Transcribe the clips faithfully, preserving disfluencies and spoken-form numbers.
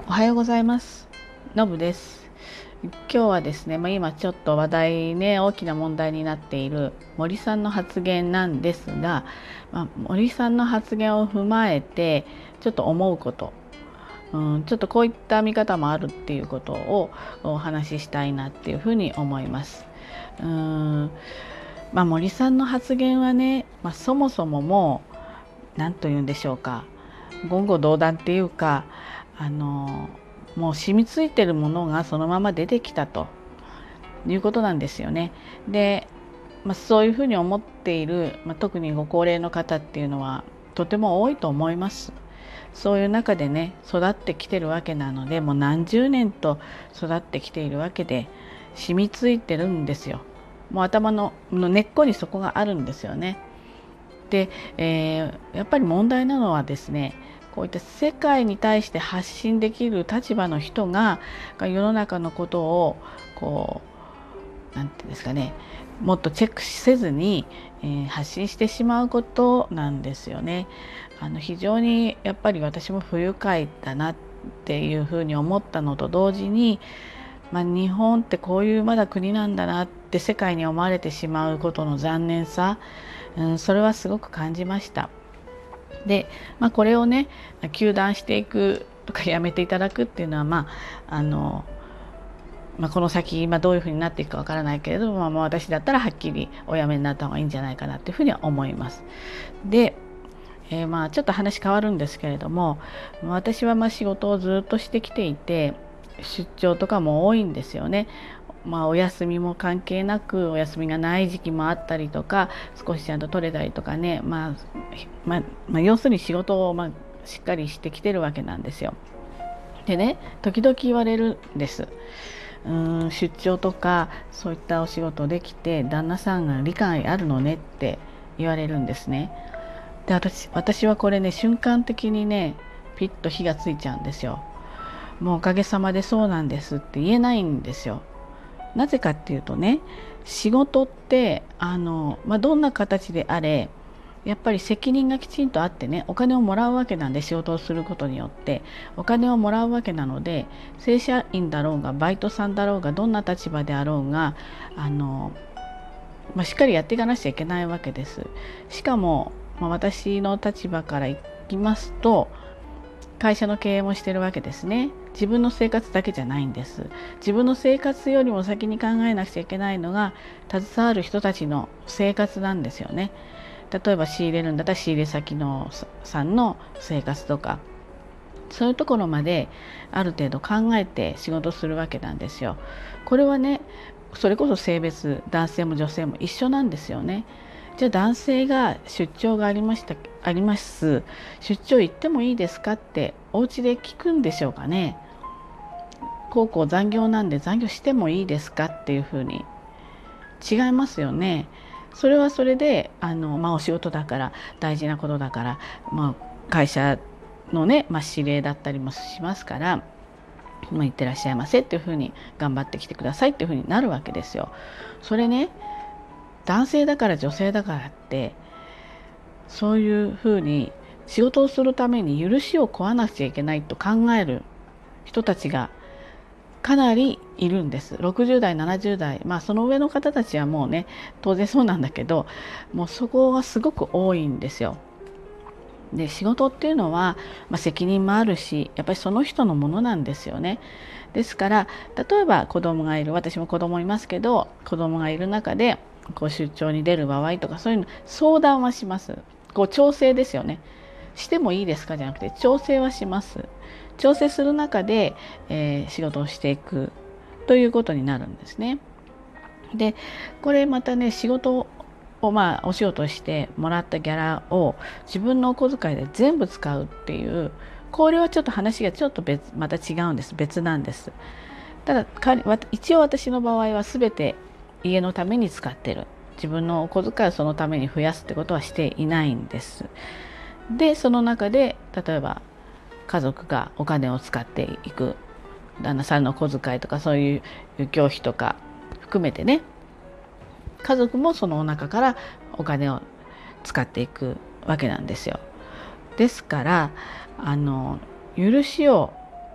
おはようございます。のぶです。今日はですね、まあ、今ちょっと話題ね、大きな問題になっている森さんの発言なんですが、まあ、森さんの発言を踏まえてちょっと思うこと、うん、ちょっとこういった見方もあるっていうことをお話ししたいなっていうふうに思います。うん、まあ、森さんの発言はね、まあ、そもそももう何と言うんでしょうか、言語道断っていうか、あのもう染みついてるものがそのまま出てきたということなんですよね。で、まあ、そういうふうに思っている、まあ、特にご高齢の方っていうのはとても多いと思います。そういう中でね育ってきてるわけなので、もう何十年と育ってきているわけで染みついてるんですよ。もう頭の根っこにそこがあるんですよね。で、えーやっぱり問題なのはですね、こういった世界に対して発信できる立場の人が世の中のことをこうなんていうんですかね、もっとチェックせずに、えー発信してしまうことなんですよね。あの非常にやっぱり私も不愉快だなっていうふうに思ったのと同時に、まあ、日本ってこういうまだ国なんだなって世界に思われてしまうことの残念さ、うん、それはすごく感じました。で、まあ、これをね糾弾していくとかやめていただくっていうのは、まああのまあ、この先、まあ、どういうふうになっていくかわからないけれども、まあ、私だったらはっきりおやめになった方がいいんじゃないかなっていうふうには思います。で、えーまあちょっと話変わるんですけれども、私はまあ仕事をずっとしてきていて出張とかも多いんですよね。まあ、お休みも関係なくお休みがない時期もあったりとか、少しちゃんと取れたりとかね、まあまあまあ、要するに仕事をまあしっかりしてきてるわけなんですよ。でね、時々言われるんです。うーん出張とかそういったお仕事できて旦那さんが理解あるのねって言われるんですね。で、私私はこれね瞬間的にねピッと火がついちゃうんですよ。もうおかげさまでそうなんですって言えないんですよ。なぜかっていうとね、仕事ってあの、まあ、どんな形であれやっぱり責任がきちんとあってね、お金をもらうわけなんで、仕事をすることによってお金をもらうわけなので、正社員だろうがバイトさんだろうがどんな立場であろうがあの、まあ、しっかりやっていかなきゃいけないわけです。しかも、まあ、私の立場からいきますと、会社の経営もしてるわけですね。自分の生活だけじゃないんです。自分の生活よりも先に考えなくちゃいけないのが携わる人たちの生活なんですよね。例えば仕入れるんだったら仕入れ先のさんの生活とか、そういうところまである程度考えて仕事するわけなんですよ。これはね、それこそ性別、男性も女性も一緒なんですよね。じゃあ男性が出張がありましたあります出張行ってもいいですかってお家で聞くんでしょうかね。こうこう残業なんで残業してもいいですかっていうふうに。違いますよね。それはそれであの、まあ、お仕事だから大事なことだから、まあ、会社のね、まあ、指令だったりもしますから、まあ、行ってらっしゃいませっていうふうに、頑張ってきてくださいっていうふうになるわけですよ。それね、男性だから女性だからってそういうふうに仕事をするために許しを請わなくちゃいけないと考える人たちがかなりいるんです。ろくじゅう代ななじゅう代、まあその上の方たちはもうね当然そうなんだけど、もうそこがすごく多いんですよ。で、仕事っていうのは、まあ、責任もあるし、やっぱりその人のものなんですよね。ですから例えば子供がいる、私も子供いますけど、子供がいる中でこう出張に出る場合とか、そういうの相談はします。こう調整ですよね。してもいいですかじゃなくて調整はします。調整する中で、えー仕事をしていくということになるんですね。で、これまたね、仕事をまあお仕事をしてもらったギャラを自分のお小遣いで全部使うっていう、これはちょっと話がちょっと別また違うんです。別なんです。ただ一応私の場合は全て家のために使ってる。自分のお小遣いをそのために増やすってことはしていないんです。で、その中で例えば家族がお金を使っていく、旦那さんの小遣いとかそういう旅行費とか含めてね、家族もその中からお金を使っていくわけなんですよ。ですからあの許しを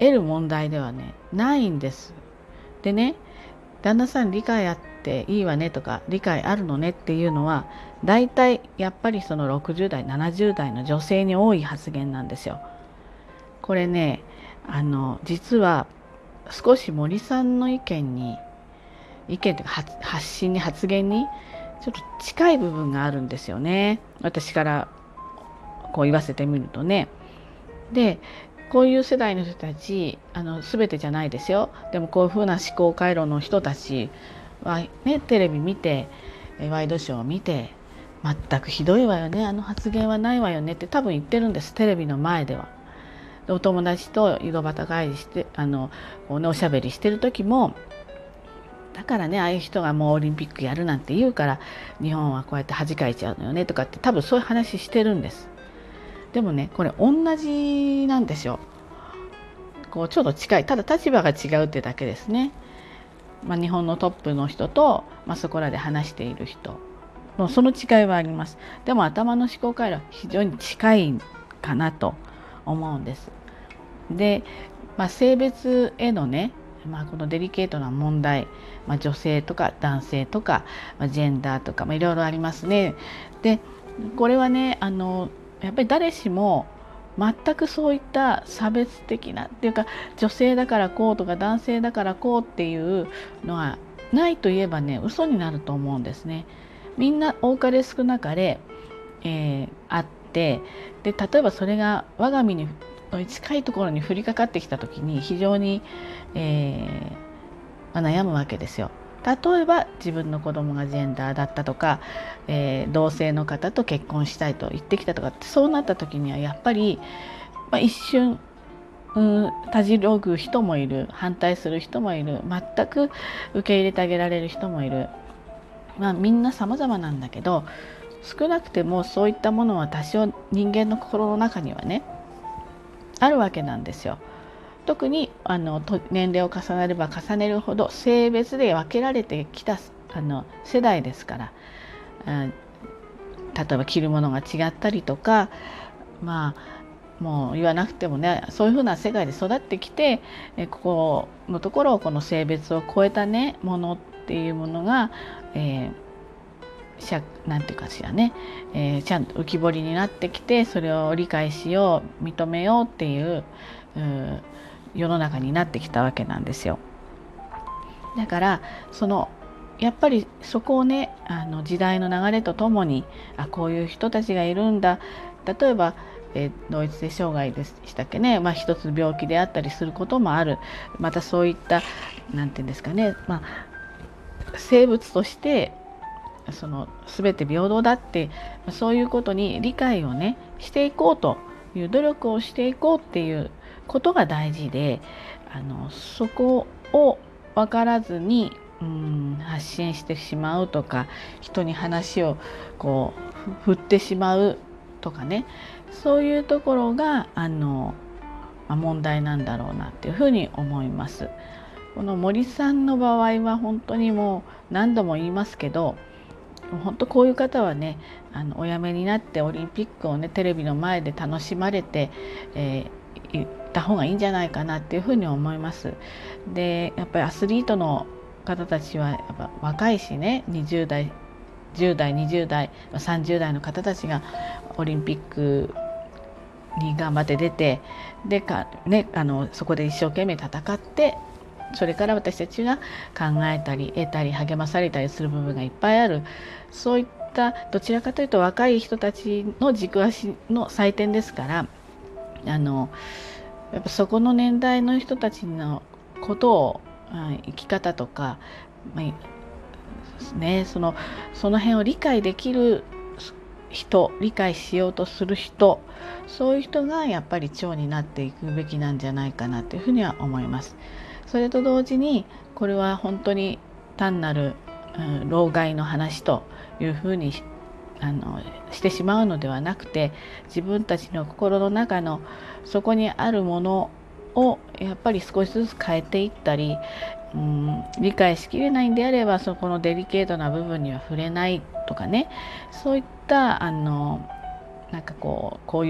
得る問題ではねないんです。でね、旦那さん理解あっていいわねとか理解あるのねっていうのはだいたいやっぱりそのろくじゅう代ななじゅう代の女性に多い発言なんですよ。これね、あの実は少し森さんの意見に意見というか発信に発言にちょっと近い部分があるんですよね。私からこう言わせてみるとね。でこういう世代の人たちあの全てじゃないですよ。でもこういうふうな思考回路の人たちはね、テレビ見てワイドショーを見て全くひどいわよね、あの発言はないわよねって多分言ってるんです、テレビの前では。でお友達と井戸端会議してあのこう、ね、おしゃべりしてる時もだからね、ああいう人がもうオリンピックやるなんて言うから日本はこうやって恥かいちゃうのよねとかって多分そういう話してるんです。でもねこれ同じなんですよ。こうちょっと近い、ただ立場が違うってだけですね。まあ、日本のトップの人と、まあ、そこらで話している人のその違いはあります。でも頭の思考回路は非常に近いかなと思うんです。で、まあ、性別へのね、まあ、このデリケートな問題、まあ、女性とか男性とか、まあ、ジェンダーとか、まあ、いろいろありますね。でこれはねあのやっぱり誰しも全くそういった差別的なっていうか女性だからこうとか男性だからこうっていうのはないといえばね嘘になると思うんですね。みんな多かれ少なかれ、えー、あってで例えばそれが我が身に近いところに降りかかってきた時に非常に、えーまあ、悩むわけですよ。例えば自分の子供がジェンダーだったとか、えー、同性の方と結婚したいと言ってきたとかってそうなった時にはやっぱり、まあ、一瞬、うん、たじろぐ人もいる、反対する人もいる、全く受け入れてあげられる人もいる、まあ、みんな様々なんだけど少なくてもそういったものは多少人間の心の中にはねあるわけなんですよ。特にあの年齢を重ねれば重ねるほど性別で分けられてきたあの世代ですから、例えば着るものが違ったりとか、まあもう言わなくてもねそういうふうな世界で育ってきてここのところをこの性別を超えたねものっていうものが、えー、しゃなんていうかしらね、えー、ちゃんと浮き彫りになってきてそれを理解しよう認めようっていう、う世の中になってきたわけなんですよ。だからそのやっぱりそこをねあの時代の流れとともにあこういう人たちがいるんだ。例えば、えー、同一性障害でしたっけね、まあ、一つ病気であったりすることもある。またそういったなんていうんですかね、まあ、生物としてその全て平等だってそういうことに理解をねしていこうという努力をしていこうっていうことが大事で、あのそこを分からずにうん発信してしまうとか人に話をこう振ってしまうとかね、そういうところがあの、まあ、問題なんだろうなっていうふうに思います。この森さんの場合は本当にもう何度も言いますけど本当こういう方はねあのお辞めになってオリンピックをねテレビの前で楽しまれて、えー、行った方がいいんじゃないかなっていうふうに思います。でやっぱりアスリートの方たちはやっぱ若いしねにじゅう代じゅう代にじゅう代さんじゅう代の方たちがオリンピックに頑張って出てでか、ね、あのそこで一生懸命戦ってそれから私たちが考えたり得たり励まされたりする部分がいっぱいある。そういったどちらかというと若い人たちの軸足の祭典ですから、あのやっぱそこの年代の人たちのことを、うん、生き方とか、まあね、そのその辺を理解できる人、理解しようとする人、そういう人がやっぱり長になっていくべきなんじゃないかなというふうには思います。それと同時にこれは本当に単なる、うん、老害の話というふうにあのしてしまうのではなくて自分たちの心の中のそこにあるものをやっぱり少しずつ変えていったり、うん、理解しきれないんであればそこのデリケートな部分には触れないとかね、そういったあのなんかこうこういう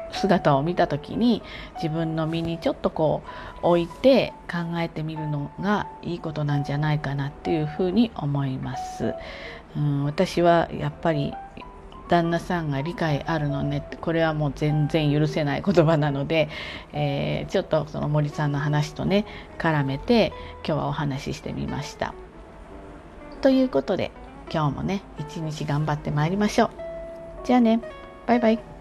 姿を見た時に自分の身にちょっとこう置いて考えてみるのがいいことなんじゃないかなっていうふうに思います。うん、私はやっぱり旦那さんが理解あるのねって、これはもう全然許せない言葉なので、えー、ちょっとその森さんの話とね絡めて今日はお話ししてみました。ということで今日もね一日頑張ってまいりましょう。じゃあね、バイバイ。